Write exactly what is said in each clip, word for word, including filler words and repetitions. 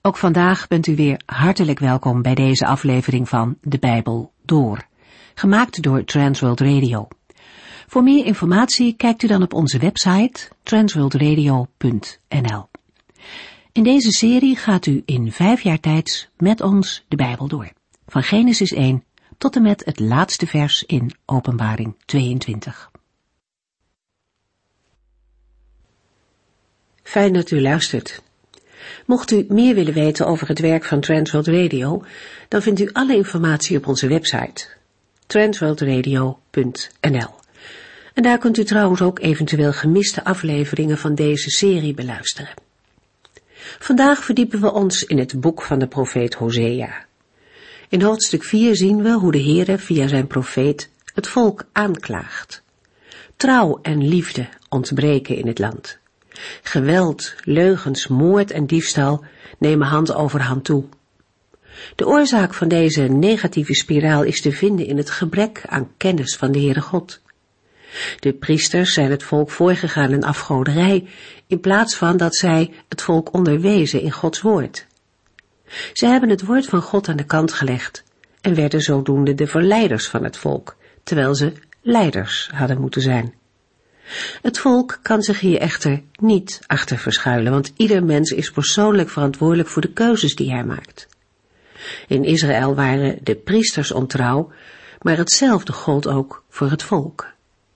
Ook vandaag bent u weer hartelijk welkom bij deze aflevering van De Bijbel Door, gemaakt door Transworld Radio. Voor meer informatie kijkt u dan op onze website transworld radio punt n l. In deze serie gaat u in vijf jaar tijd met ons de Bijbel door, van Genesis één tot en met het laatste vers in Openbaring tweeëntwintig. Fijn dat u luistert. Mocht u meer willen weten over het werk van Transworld Radio, dan vindt u alle informatie op onze website transworld radio punt n l. En daar kunt u trouwens ook eventueel gemiste afleveringen van deze serie beluisteren. Vandaag verdiepen we ons in het boek van de profeet Hosea. In hoofdstuk vier zien we hoe de Heere via zijn profeet het volk aanklaagt. Trouw en liefde ontbreken in het land. Geweld, leugens, moord en diefstal nemen hand over hand toe. De oorzaak van deze negatieve spiraal is te vinden in het gebrek aan kennis van de Heere God. De priesters zijn het volk voorgegaan in afgoderij, in plaats van dat zij het volk onderwezen in Gods woord. Zij hebben het woord van God aan de kant gelegd en werden zodoende de verleiders van het volk, terwijl ze leiders hadden moeten zijn. Het volk kan zich hier echter niet achter verschuilen, want ieder mens is persoonlijk verantwoordelijk voor de keuzes die hij maakt. In Israël waren de priesters ontrouw, maar hetzelfde gold ook voor het volk.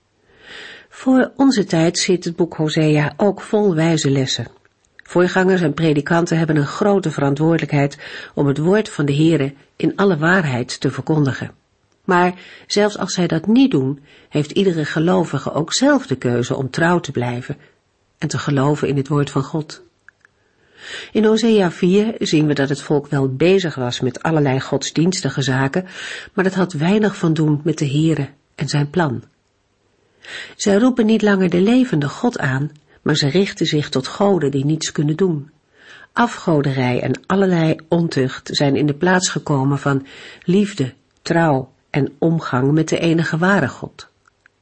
Voor onze tijd zit het boek Hosea ook vol wijze lessen. Voorgangers en predikanten hebben een grote verantwoordelijkheid om het woord van de Heere in alle waarheid te verkondigen. Maar zelfs als zij dat niet doen, heeft iedere gelovige ook zelf de keuze om trouw te blijven en te geloven in het woord van God. In Hosea vier zien we dat het volk wel bezig was met allerlei godsdienstige zaken, maar dat had weinig van doen met de Heere en zijn plan. Zij roepen niet langer de levende God aan, maar ze richten zich tot goden die niets kunnen doen. Afgoderij en allerlei ontucht zijn in de plaats gekomen van liefde, trouw en omgang met de enige ware God.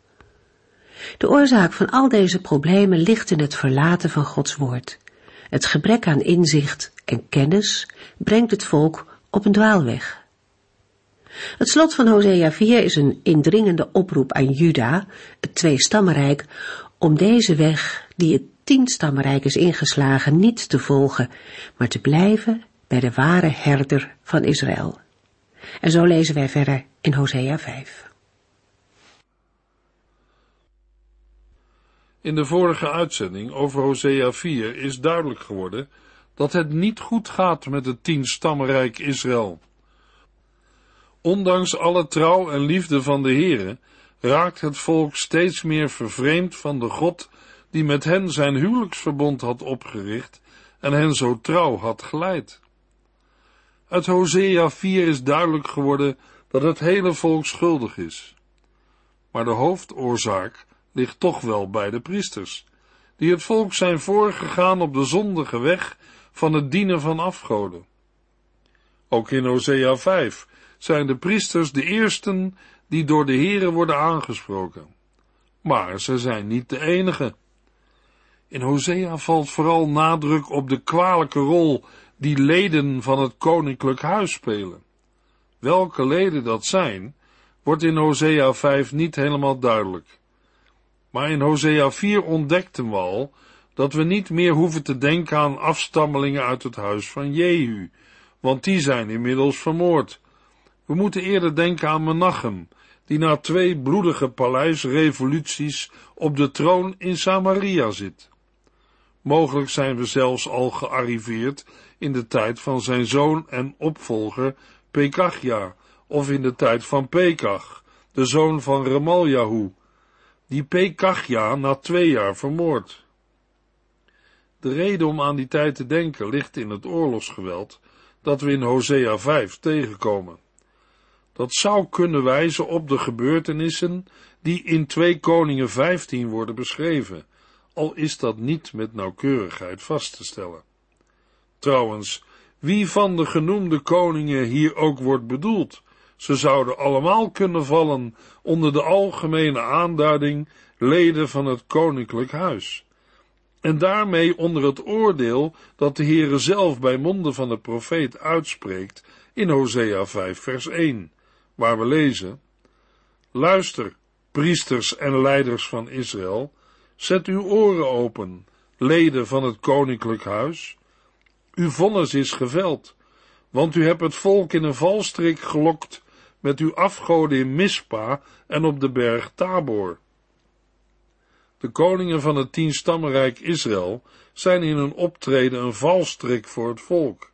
De oorzaak van al deze problemen ligt in het verlaten van Gods woord. Het gebrek aan inzicht en kennis brengt het volk op een dwaalweg. Het slot van Hosea vier is een indringende oproep aan Juda, het tweestammenrijk, om deze weg die het tienstammenrijk is ingeslagen niet te volgen, maar te blijven bij de ware herder van Israël. En zo lezen wij verder in Hosea vijf. In de vorige uitzending over Hosea vier is duidelijk geworden dat het niet goed gaat met het tienstammenrijk Israël. Ondanks alle trouw en liefde van de Heere raakt het volk steeds meer vervreemd van de God die met hen zijn huwelijksverbond had opgericht en hen zo trouw had geleid. Uit Hosea vier is duidelijk geworden dat het hele volk schuldig is. Maar de hoofdoorzaak ligt toch wel bij de priesters, die het volk zijn voorgegaan op de zondige weg van het dienen van afgoden. Ook in Hosea vijf zijn de priesters de eersten die door de Heere worden aangesproken. Maar ze zijn niet de enige. In Hosea valt vooral nadruk op de kwalijke rol die leden van het koninklijk huis spelen. Welke leden dat zijn, wordt in Hosea vijf niet helemaal duidelijk. Maar in Hosea vier ontdekten we al dat we niet meer hoeven te denken aan afstammelingen uit het huis van Jehu, want die zijn inmiddels vermoord. We moeten eerder denken aan Menachem, die na twee bloedige paleisrevoluties op de troon in Samaria zit. Mogelijk zijn we zelfs al gearriveerd in de tijd van zijn zoon en opvolger Pekachja, of in de tijd van Pekach, de zoon van Remaljahu, die Pekachja na twee jaar vermoord. De reden om aan die tijd te denken ligt in het oorlogsgeweld dat we in Hosea vijf tegenkomen. Dat zou kunnen wijzen op de gebeurtenissen die in twee Koningen vijftien worden beschreven, al is dat niet met nauwkeurigheid vast te stellen. Trouwens, wie van de genoemde koningen hier ook wordt bedoeld, ze zouden allemaal kunnen vallen onder de algemene aanduiding leden van het koninklijk huis. en daarmee onder het oordeel dat de Heere zelf bij monden van de profeet uitspreekt in Hosea vijf vers één, waar we lezen: Luister, priesters en leiders van Israël, zet uw oren open, leden van het koninklijk huis. Uw vonnis is geveld, want u hebt het volk in een valstrik gelokt met uw afgoden in Mispa en op de berg Tabor. De koningen van het tienstammenrijk Israël zijn in hun optreden een valstrik voor het volk.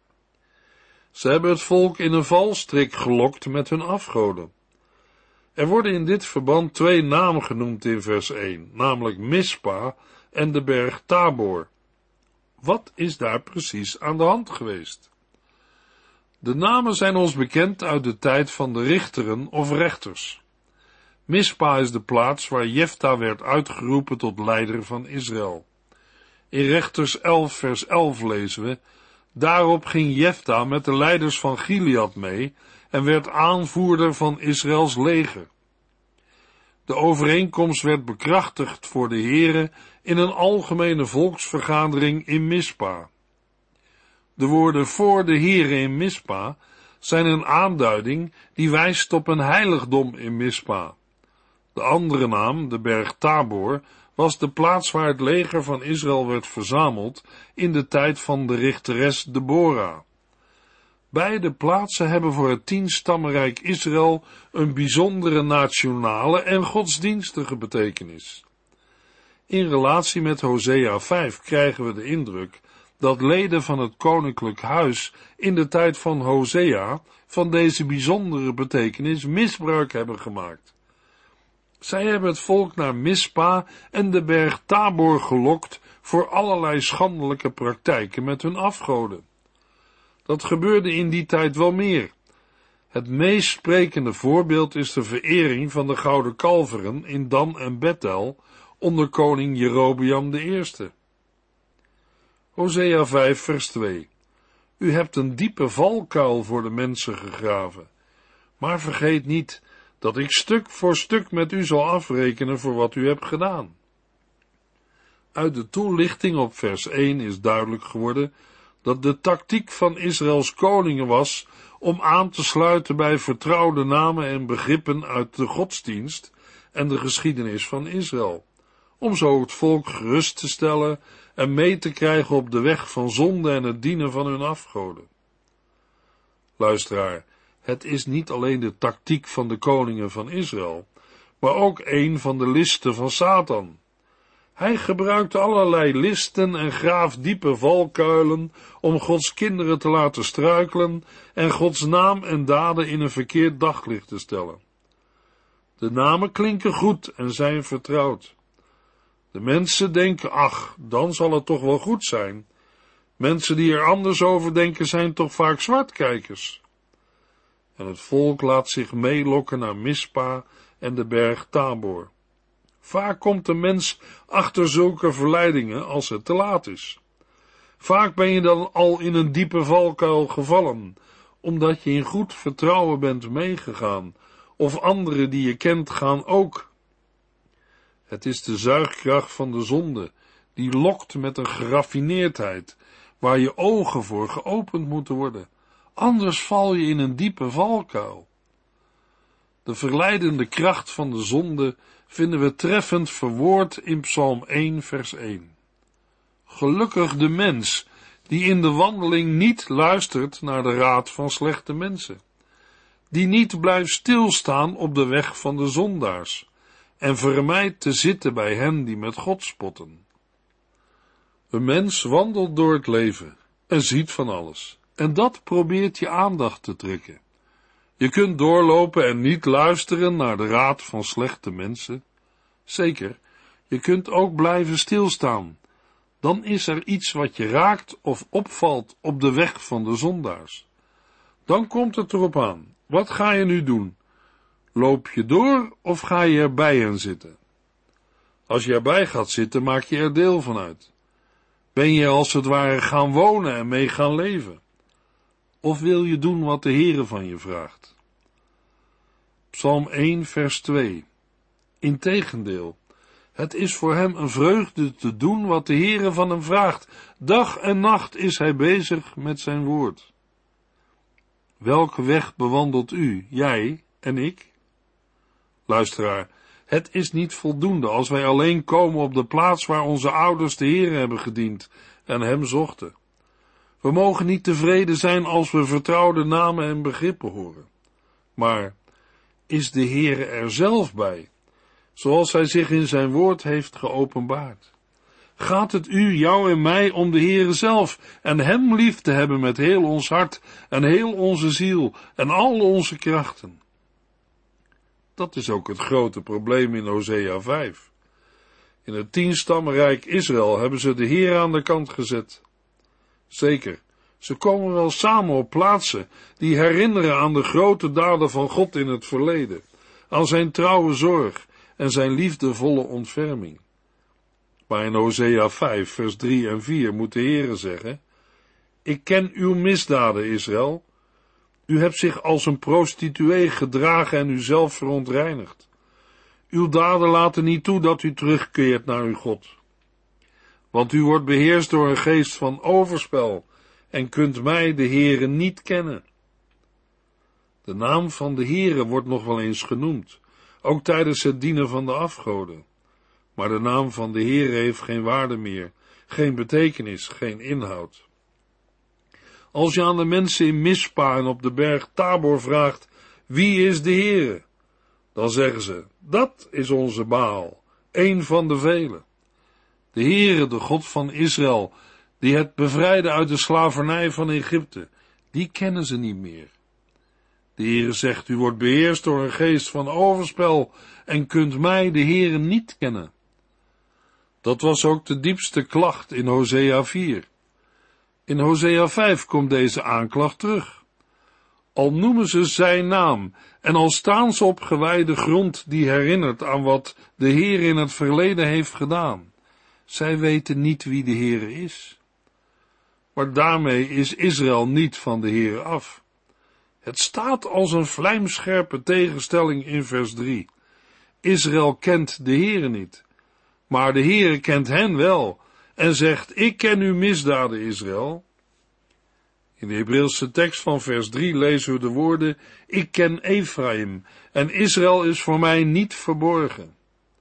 Ze hebben het volk in een valstrik gelokt met hun afgoden. Er worden in dit verband twee namen genoemd in vers één, namelijk Mispa en de berg Tabor. Wat is daar precies aan de hand geweest? De namen zijn ons bekend uit de tijd van de richteren of rechters. Mispa is de plaats waar Jefta werd uitgeroepen tot leider van Israël. In Rechters elf vers elf lezen we: Daarop ging Jefta met de leiders van Gilead mee en werd aanvoerder van Israëls leger. De overeenkomst werd bekrachtigd voor de Heere in een algemene volksvergadering in Mispa. De woorden voor de Heere in Mispa zijn een aanduiding die wijst op een heiligdom in Mispa. De andere naam, de berg Tabor, was de plaats waar het leger van Israël werd verzameld in de tijd van de richteres Deborah. Beide plaatsen hebben voor het tienstammenrijk Israël een bijzondere nationale en godsdienstige betekenis. In relatie met Hosea vijf krijgen we de indruk dat leden van het koninklijk huis in de tijd van Hosea van deze bijzondere betekenis misbruik hebben gemaakt. Zij hebben het volk naar Mispa en de berg Tabor gelokt voor allerlei schandelijke praktijken met hun afgoden. Dat gebeurde in die tijd wel meer. Het meest sprekende voorbeeld is de verering van de gouden kalveren in Dan en Bethel onder koning Jerobeam de Eerste. Hosea vijf vers twee. U hebt een diepe valkuil voor de mensen gegraven, maar vergeet niet dat ik stuk voor stuk met u zal afrekenen voor wat u hebt gedaan. Uit de toelichting op vers één is duidelijk geworden dat de tactiek van Israëls koningen was om aan te sluiten bij vertrouwde namen en begrippen uit de godsdienst en de geschiedenis van Israël, om zo het volk gerust te stellen en mee te krijgen op de weg van zonde en het dienen van hun afgoden. Luisteraar, het is niet alleen de tactiek van de koningen van Israël, maar ook een van de listen van Satan. Hij gebruikt allerlei listen en graaft diepe valkuilen om Gods kinderen te laten struikelen en Gods naam en daden in een verkeerd daglicht te stellen. De namen klinken goed en zijn vertrouwd. De mensen denken, ach, dan zal het toch wel goed zijn. Mensen die er anders over denken zijn toch vaak zwartkijkers. En het volk laat zich meelokken naar Mispa en de berg Tabor. Vaak komt de mens achter zulke verleidingen als het te laat is. Vaak ben je dan al in een diepe valkuil gevallen, omdat je in goed vertrouwen bent meegegaan, of anderen die je kent gaan ook. Het is de zuigkracht van de zonde, die lokt met een geraffineerdheid, waar je ogen voor geopend moeten worden, anders val je in een diepe valkuil. De verleidende kracht van de zonde vinden we treffend verwoord in Psalm één vers één. Gelukkig de mens, die in de wandeling niet luistert naar de raad van slechte mensen, die niet blijft stilstaan op de weg van de zondaars, en vermijdt te zitten bij hen die met God spotten. Een mens wandelt door het leven en ziet van alles, en dat probeert je aandacht te trekken. Je kunt doorlopen en niet luisteren naar de raad van slechte mensen. Zeker, je kunt ook blijven stilstaan. Dan is er iets wat je raakt of opvalt op de weg van de zondaars. Dan komt het erop aan. Wat ga je nu doen? Loop je door of ga je er bij hen zitten? Als je erbij gaat zitten, maak je er deel van uit. Ben je als het ware gaan wonen en mee gaan leven? Of wil je doen wat de Heere van je vraagt? Psalm één vers twee. Integendeel, Het is voor hem een vreugde te doen wat de Heere van hem vraagt. Dag en nacht is hij bezig met zijn woord. Welke weg bewandelt u, jij en ik? Luisteraar, het is niet voldoende als wij alleen komen op de plaats waar onze ouders de Heere hebben gediend en hem zochten. We mogen niet tevreden zijn als we vertrouwde namen en begrippen horen. Maar is de Heere er zelf bij, zoals hij zich in zijn woord heeft geopenbaard? Gaat het u, jou en mij om de Heere zelf en hem lief te hebben met heel ons hart en heel onze ziel en al onze krachten? Dat is ook het grote probleem in Hosea vijf. In het tienstammenrijk Israël hebben ze de Heere aan de kant gezet. Zeker, ze komen wel samen op plaatsen die herinneren aan de grote daden van God in het verleden, aan zijn trouwe zorg en zijn liefdevolle ontferming. Maar in Hosea vijf, vers drie en vier moet de Heere zeggen: Ik ken uw misdaden, Israël. U hebt zich als een prostituee gedragen en uzelf verontreinigd. Uw daden laten niet toe dat u terugkeert naar uw God. Want u wordt beheerst door een geest van overspel en kunt mij, de Heere, niet kennen. De naam van de Heere wordt nog wel eens genoemd, ook tijdens het dienen van de afgoden. Maar de naam van de Heere heeft geen waarde meer, geen betekenis, geen inhoud. Als je aan de mensen in Mispa en op de berg Tabor vraagt, wie is de Heere? Dan zeggen ze, dat is onze Baal, een van de velen. De Heere, de God van Israël, die het bevrijdde uit de slavernij van Egypte, die kennen ze niet meer. De Heere zegt, u wordt beheerst door een geest van overspel en kunt mij, de Heere, niet kennen. Dat was ook de diepste klacht in Hosea vier. In Hosea vijf komt deze aanklacht terug. Al noemen ze zijn naam en al staan ze op gewijde grond die herinnert aan wat de Heer in het verleden heeft gedaan. Zij weten niet wie de Heer is. Maar daarmee is Israël niet van de Heer af. Het staat als een vlijmscherpe tegenstelling in vers drie. Israël kent de Heer niet, maar de Heer kent hen wel en zegt, ik ken uw misdaden, Israël. In de Hebreeuwse tekst van vers drie lezen we de woorden, ik ken Ephraim en Israël is voor mij niet verborgen.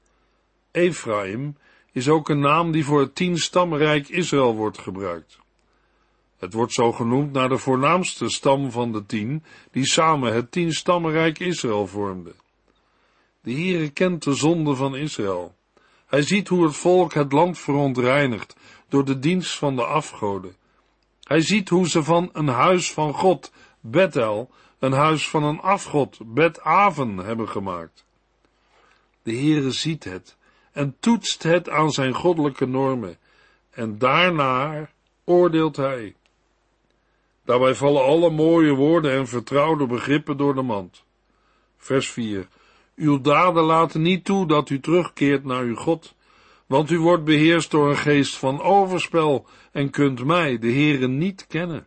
Ephraim is ook een naam die voor het tienstammenrijk Israël wordt gebruikt. Het wordt zo genoemd naar de voornaamste stam van de tien, die samen het tienstammenrijk Israël vormden. De Heere kent de zonde van Israël. Hij ziet hoe het volk het land verontreinigt door de dienst van de afgoden. Hij ziet hoe ze van een huis van God, Bethel, een huis van een afgod, Bet-Aven, hebben gemaakt. De Heere ziet het en toetst het aan zijn goddelijke normen, en daarna oordeelt hij. Daarbij vallen alle mooie woorden en vertrouwde begrippen door de mand. Vers vier. Uw daden laten niet toe dat u terugkeert naar uw God, want u wordt beheerst door een geest van overspel en kunt mij, de Heere, niet kennen.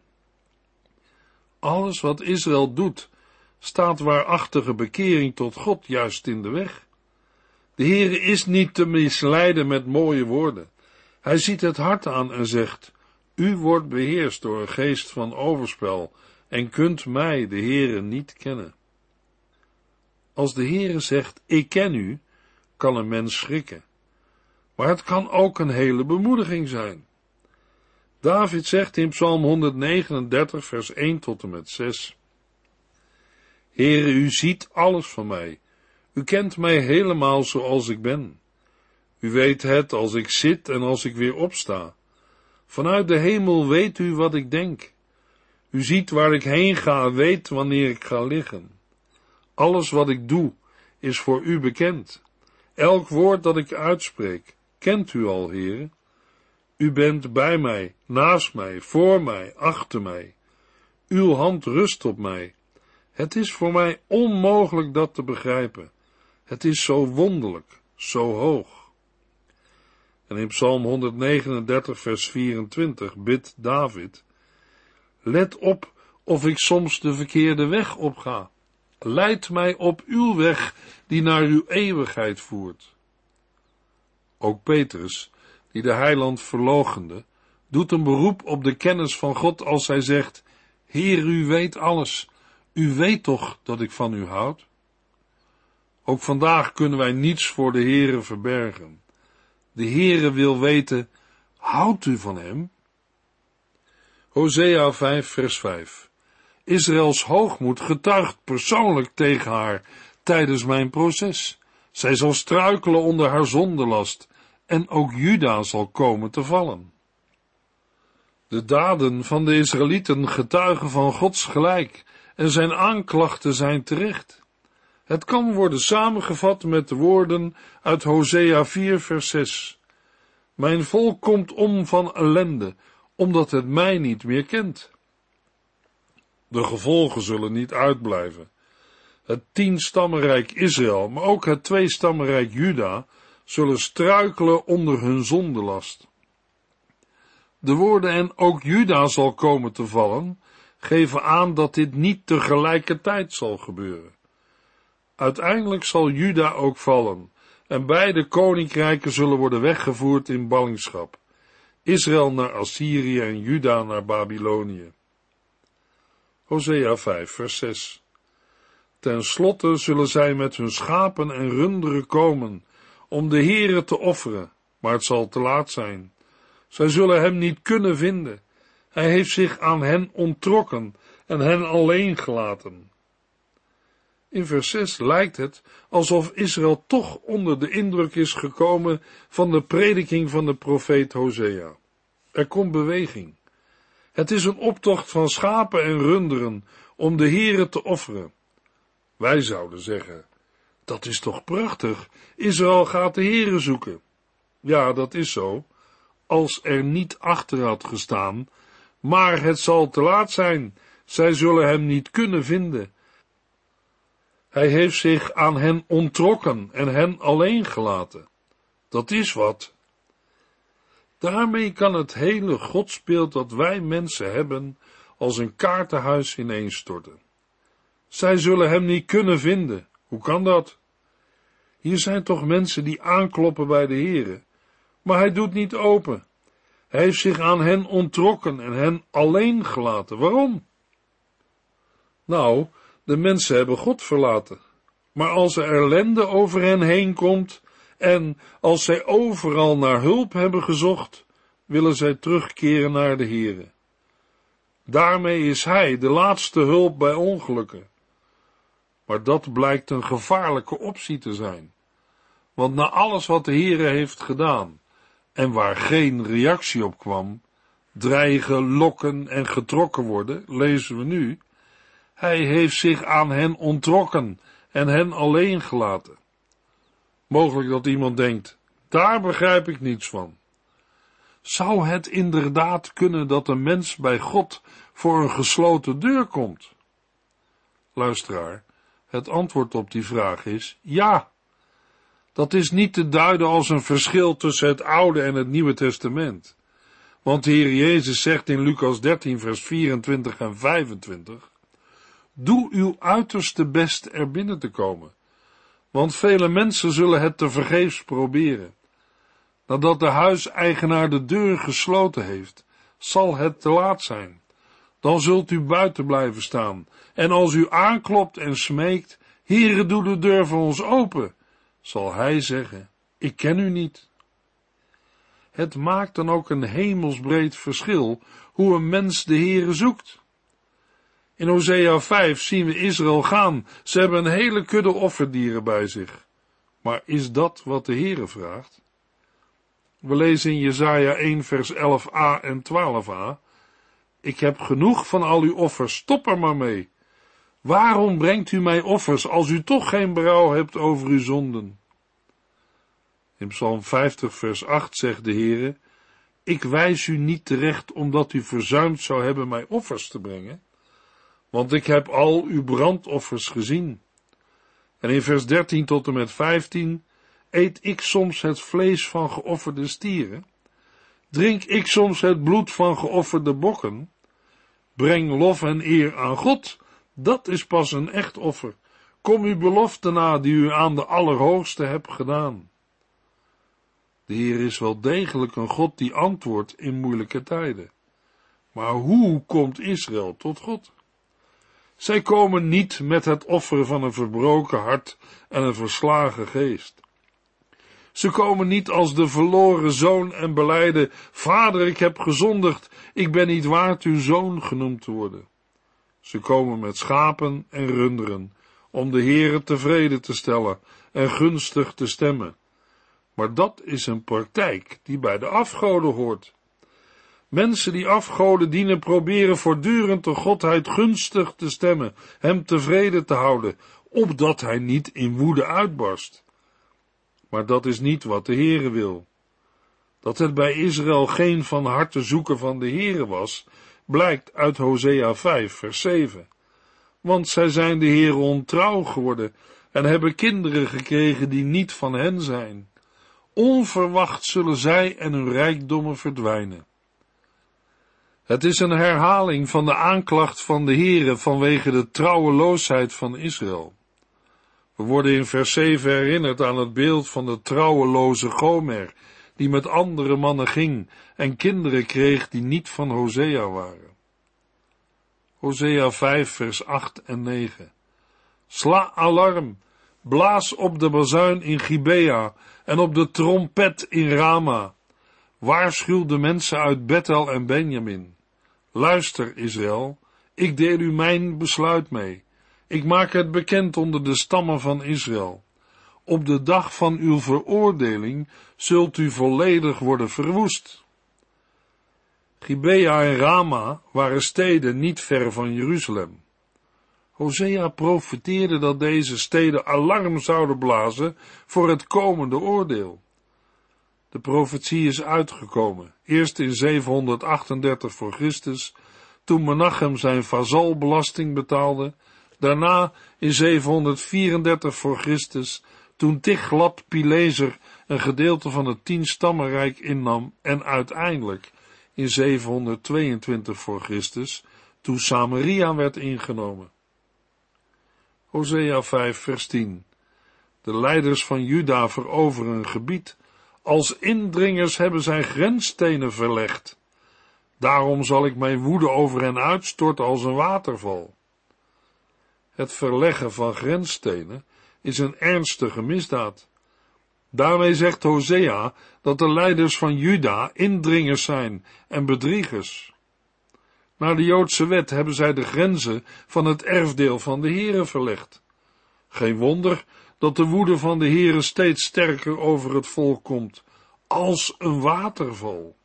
Alles wat Israël doet, staat waarachtige bekering tot God juist in de weg. De Heere is niet te misleiden met mooie woorden. Hij ziet het hart aan en zegt, u wordt beheerst door een geest van overspel en kunt mij, de Heere, niet kennen. Als de Heere zegt, ik ken u, kan een mens schrikken. Maar het kan ook een hele bemoediging zijn. David zegt in Psalm honderdnegenendertig, vers één tot en met zes. Heere, u ziet alles van mij. U kent mij helemaal zoals ik ben. U weet het als ik zit en als ik weer opsta. Vanuit de hemel weet u wat ik denk. U ziet waar ik heen ga, weet wanneer ik ga liggen. Alles wat ik doe, is voor u bekend. Elk woord dat ik uitspreek, kent u al, Heere. U bent bij mij, naast mij, voor mij, achter mij. Uw hand rust op mij. Het is voor mij onmogelijk dat te begrijpen. Het is zo wonderlijk, zo hoog. En in Psalm honderdnegenendertig, vers vierentwintig bidt David, let op of ik soms de verkeerde weg opga. Leid mij op uw weg die naar uw eeuwigheid voert. Ook Petrus, die de heiland verloochende, doet een beroep op de kennis van God als hij zegt: Heer, u weet alles, u weet toch dat ik van u houd? Ook vandaag kunnen wij niets voor de Heere verbergen. De Heere wil weten: houdt u van hem? Hosea vijf vers vijf. Israëls hoogmoed getuigt persoonlijk tegen haar tijdens mijn proces. Zij zal struikelen onder haar zondelast en ook Juda zal komen te vallen. De daden van de Israëlieten getuigen van Gods gelijk en zijn aanklachten zijn terecht. Het kan worden samengevat met de woorden uit Hosea vier vers zes. Mijn volk komt om van ellende, omdat het mij niet meer kent. De gevolgen zullen niet uitblijven. Het tienstammenrijk Israël, maar ook het tweestammenrijk Juda, zullen struikelen onder hun zondelast. De woorden en ook Juda zal komen te vallen, geven aan dat dit niet tegelijkertijd zal gebeuren. Uiteindelijk zal Juda ook vallen, en beide koninkrijken zullen worden weggevoerd in ballingschap. Israël naar Assyrië en Juda naar Babylonië. Hosea vijf vers zes. Ten slotte zullen zij met hun schapen en runderen komen, om de Heere te offeren, maar het zal te laat zijn. Zij zullen hem niet kunnen vinden. Hij heeft zich aan hen onttrokken en hen alleen gelaten. In vers zes lijkt het alsof Israël toch onder de indruk is gekomen van de prediking van de profeet Hosea. Er komt beweging. Het is een optocht van schapen en runderen om de Heere te offeren. Wij zouden zeggen: dat is toch prachtig, Israël gaat de Heere zoeken. Ja, dat is zo, als er niet achter had gestaan, maar het zal te laat zijn, zij zullen hem niet kunnen vinden. Hij heeft zich aan hen onttrokken en hen alleen gelaten. Dat is wat. Daarmee kan het hele godsbeeld dat wij mensen hebben als een kaartenhuis ineenstorten. Zij zullen hem niet kunnen vinden. Hoe kan dat? Hier zijn toch mensen die aankloppen bij de Heere, maar hij doet niet open. Hij heeft zich aan hen onttrokken en hen alleen gelaten. Waarom? Nou, de mensen hebben God verlaten. Maar als er ellende over hen heen komt en als zij overal naar hulp hebben gezocht, willen zij terugkeren naar de Heere. Daarmee is hij de laatste hulp bij ongelukken. Maar dat blijkt een gevaarlijke optie te zijn. Want na alles wat de Heere heeft gedaan en waar geen reactie op kwam, dreigen, lokken en getrokken worden, lezen we nu: hij heeft zich aan hen onttrokken en hen alleen gelaten. Mogelijk dat iemand denkt: daar begrijp ik niets van. Zou het inderdaad kunnen dat een mens bij God voor een gesloten deur komt? Luisteraar, het antwoord op die vraag is ja. Dat is niet te duiden als een verschil tussen het Oude en het Nieuwe Testament. Want de Heer Jezus zegt in Lucas dertien vers vierentwintig en vijfentwintig: doe uw uiterste best er binnen te komen, want vele mensen zullen het tevergeefs proberen. Nadat de huiseigenaar de deur gesloten heeft, zal het te laat zijn. Dan zult u buiten blijven staan, en als u aanklopt en smeekt: Heere, doe de deur voor ons open, zal hij zeggen: ik ken u niet. Het maakt dan ook een hemelsbreed verschil hoe een mens de Heere zoekt. In Hosea vijf zien we Israël gaan. Ze hebben een hele kudde offerdieren bij zich. Maar is dat wat de Heere vraagt? We lezen in Jesaja één vers elf a en twaalf a: ik heb genoeg van al uw offers, stop er maar mee. Waarom brengt u mij offers als u toch geen berouw hebt over uw zonden? In Psalm vijftig vers acht zegt de Heere: ik wijs u niet terecht omdat u verzuimd zou hebben mij offers te brengen, want ik heb al uw brandoffers gezien. En in vers dertien tot en met vijftien: eet ik soms het vlees van geofferde stieren? Drink ik soms het bloed van geofferde bokken? Breng lof en eer aan God, dat is pas een echt offer. Kom uw belofte na die u aan de Allerhoogste hebt gedaan. De Heer is wel degelijk een God die antwoordt in moeilijke tijden. Maar hoe komt Israël tot God? Zij komen niet met het offer van een verbroken hart en een verslagen geest. Ze komen niet als de verloren zoon en belijden: Vader, ik heb gezondigd, ik ben niet waard uw zoon genoemd te worden. Ze komen met schapen en runderen, om de Heere tevreden te stellen en gunstig te stemmen. Maar dat is een praktijk die bij de afgoden hoort. Mensen die afgoden dienen proberen voortdurend de Godheid gunstig te stemmen, hem tevreden te houden, opdat hij niet in woede uitbarst. Maar dat is niet wat de Heere wil. Dat het bij Israël geen van harte zoeken van de Heere was, blijkt uit Hosea vijf, vers zeven. Want zij zijn de Heere ontrouw geworden en hebben kinderen gekregen die niet van hen zijn. Onverwacht zullen zij en hun rijkdommen verdwijnen. Het is een herhaling van de aanklacht van de Heere vanwege de trouweloosheid van Israël. We worden in vers zeven herinnerd aan het beeld van de trouweloze Gomer, die met andere mannen ging en kinderen kreeg die niet van Hosea waren. Hosea vijf, vers acht en negen. Sla alarm, blaas op de bazuin in Gibea en op de trompet in Rama. Waarschuw de mensen uit Bethel en Benjamin. Luister, Israël, ik deel u mijn besluit mee. Ik maak het bekend onder de stammen van Israël. Op de dag van uw veroordeling zult u volledig worden verwoest. Gibea en Rama waren steden niet ver van Jeruzalem. Hosea profeteerde dat deze steden alarm zouden blazen voor het komende oordeel. De profetie is uitgekomen, eerst in zevenhonderdachtendertig voor Christus, toen Menachem zijn vazalbelasting betaalde, daarna in zevenhonderdvierendertig voor Christus, toen Tiglat-Pileser een gedeelte van het tienstammenrijk innam en uiteindelijk in zevenhonderdtweeëntwintig voor Christus, toen Samaria werd ingenomen. Hosea vijf, vers tien. De leiders van Juda veroveren een gebied. Als indringers hebben zij grensstenen verlegd. Daarom zal ik mijn woede over hen uitstorten als een waterval. Het verleggen van grensstenen is een ernstige misdaad. Daarmee zegt Hosea dat de leiders van Juda indringers zijn en bedriegers. Naar de Joodse wet hebben zij de grenzen van het erfdeel van de Heere verlegd. Geen wonder dat de woede van de Heere steeds sterker over het volk komt, als een waterval.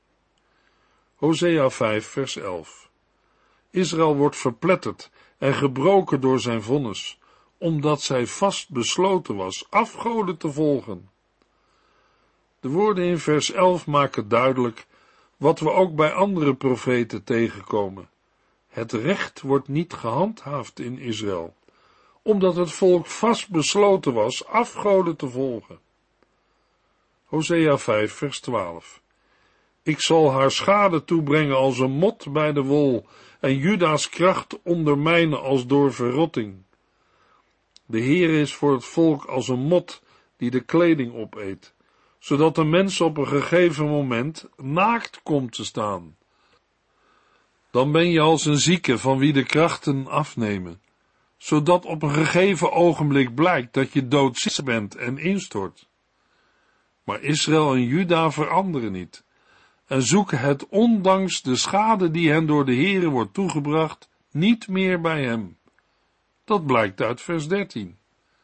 Hosea vijf, vers elf. Israël wordt verpletterd en gebroken door zijn vonnis, omdat zij vast besloten was afgoden te volgen. De woorden in vers elf maken duidelijk wat we ook bij andere profeten tegenkomen. Het recht wordt niet gehandhaafd in Israël, omdat het volk vast besloten was afgoden te volgen. Hosea vijf, vers twaalf. Ik zal haar schade toebrengen als een mot bij de wol, en Juda's kracht ondermijnen als door verrotting. De Heer is voor het volk als een mot die de kleding opeet, zodat de mens op een gegeven moment naakt komt te staan. Dan ben je als een zieke van wie de krachten afnemen, zodat op een gegeven ogenblik blijkt dat je doodziek bent en instort. Maar Israël en Juda veranderen niet en zoeken het ondanks de schade die hen door de Heere wordt toegebracht, niet meer bij hem. Dat blijkt uit vers dertien.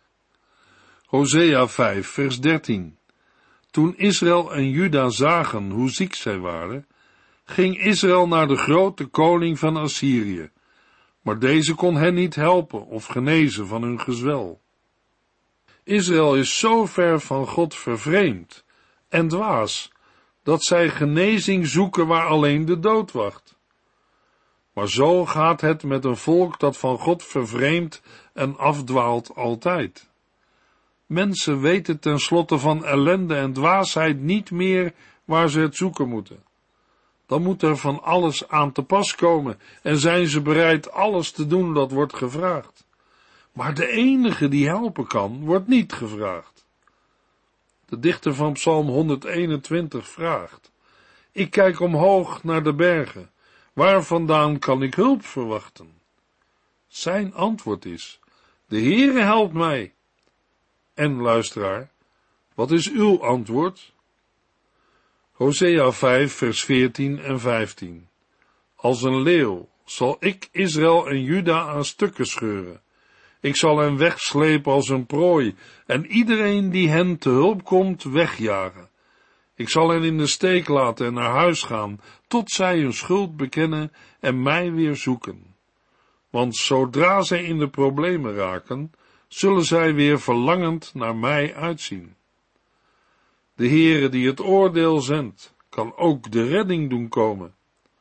Hosea vijf, vers dertien. Toen Israël en Juda zagen hoe ziek zij waren, ging Israël naar de grote koning van Assyrië, maar deze kon hen niet helpen of genezen van hun gezwel. Israël is zo ver van God vervreemd en dwaas, dat zij genezing zoeken waar alleen de dood wacht. Maar zo gaat het met een volk dat van God vervreemdt en afdwaalt altijd. Mensen weten tenslotte van ellende en dwaasheid niet meer waar ze het zoeken moeten. Dan moet er van alles aan te pas komen en zijn ze bereid alles te doen dat wordt gevraagd. Maar de enige die helpen kan, wordt niet gevraagd. De dichter van Psalm honderdeenentwintig vraagt: Ik kijk omhoog naar de bergen. Waar vandaan kan ik hulp verwachten? Zijn antwoord is: De Heere helpt mij. En luisteraar, wat is uw antwoord? Hosea vijf, vers veertien en vijftien. Als een leeuw zal ik Israël en Juda aan stukken scheuren. Ik zal hen wegslepen als een prooi en iedereen die hen te hulp komt wegjagen. Ik zal hen in de steek laten en naar huis gaan, tot zij hun schuld bekennen en mij weer zoeken. Want zodra zij in de problemen raken, zullen zij weer verlangend naar mij uitzien. De Heere die het oordeel zendt, kan ook de redding doen komen.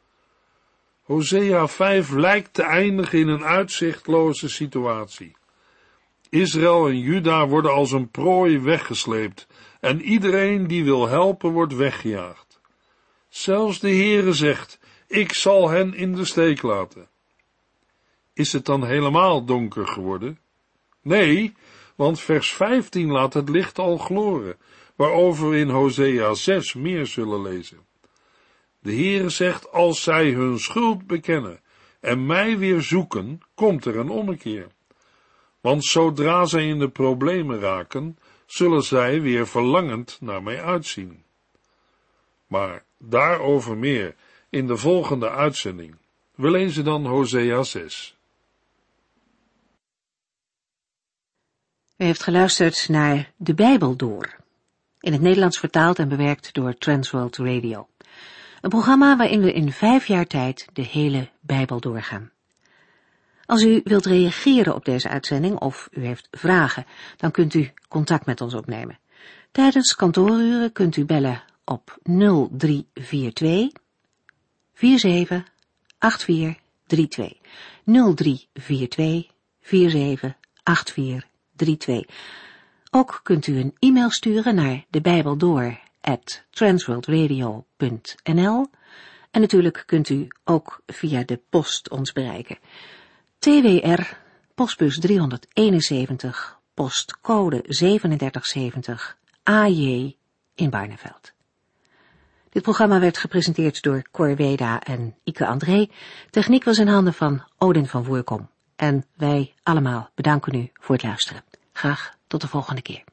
Hosea vijf lijkt te eindigen in een uitzichtloze situatie. Israël en Juda worden als een prooi weggesleept en iedereen die wil helpen wordt weggejaagd. Zelfs de Heere zegt: ik zal hen in de steek laten. Is het dan helemaal donker geworden? Nee, want vers vijftien laat het licht al gloren, waarover we in Hosea zes meer zullen lezen. De Heere zegt: als zij hun schuld bekennen en mij weer zoeken, komt er een ommekeer. Want zodra zij in de problemen raken, zullen zij weer verlangend naar mij uitzien. Maar daarover meer in de volgende uitzending. We lezen dan Hosea zes. U heeft geluisterd naar De Bijbel Door, in het Nederlands vertaald en bewerkt door Transworld Radio. Een programma waarin we in vijf jaar tijd de hele Bijbel doorgaan. Als u wilt reageren op deze uitzending of u heeft vragen, dan kunt u contact met ons opnemen. Tijdens kantooruren kunt u bellen op nul drie vier twee, vier zeven acht vier drie twee. nul drie vier twee, vier zeven acht vier drie twee. Ook kunt u een e-mail sturen naar debijbeldoor at transworldradio punt n l en natuurlijk kunt u ook via de post ons bereiken. T W R, postbus driehonderdeenenzeventig, postcode zevenendertig zeventig, A J in Barneveld. Dit programma werd gepresenteerd door Cor Weda en Ike André. Techniek was in handen van Odin van Woerkom. En wij allemaal bedanken u voor het luisteren. Graag tot de volgende keer.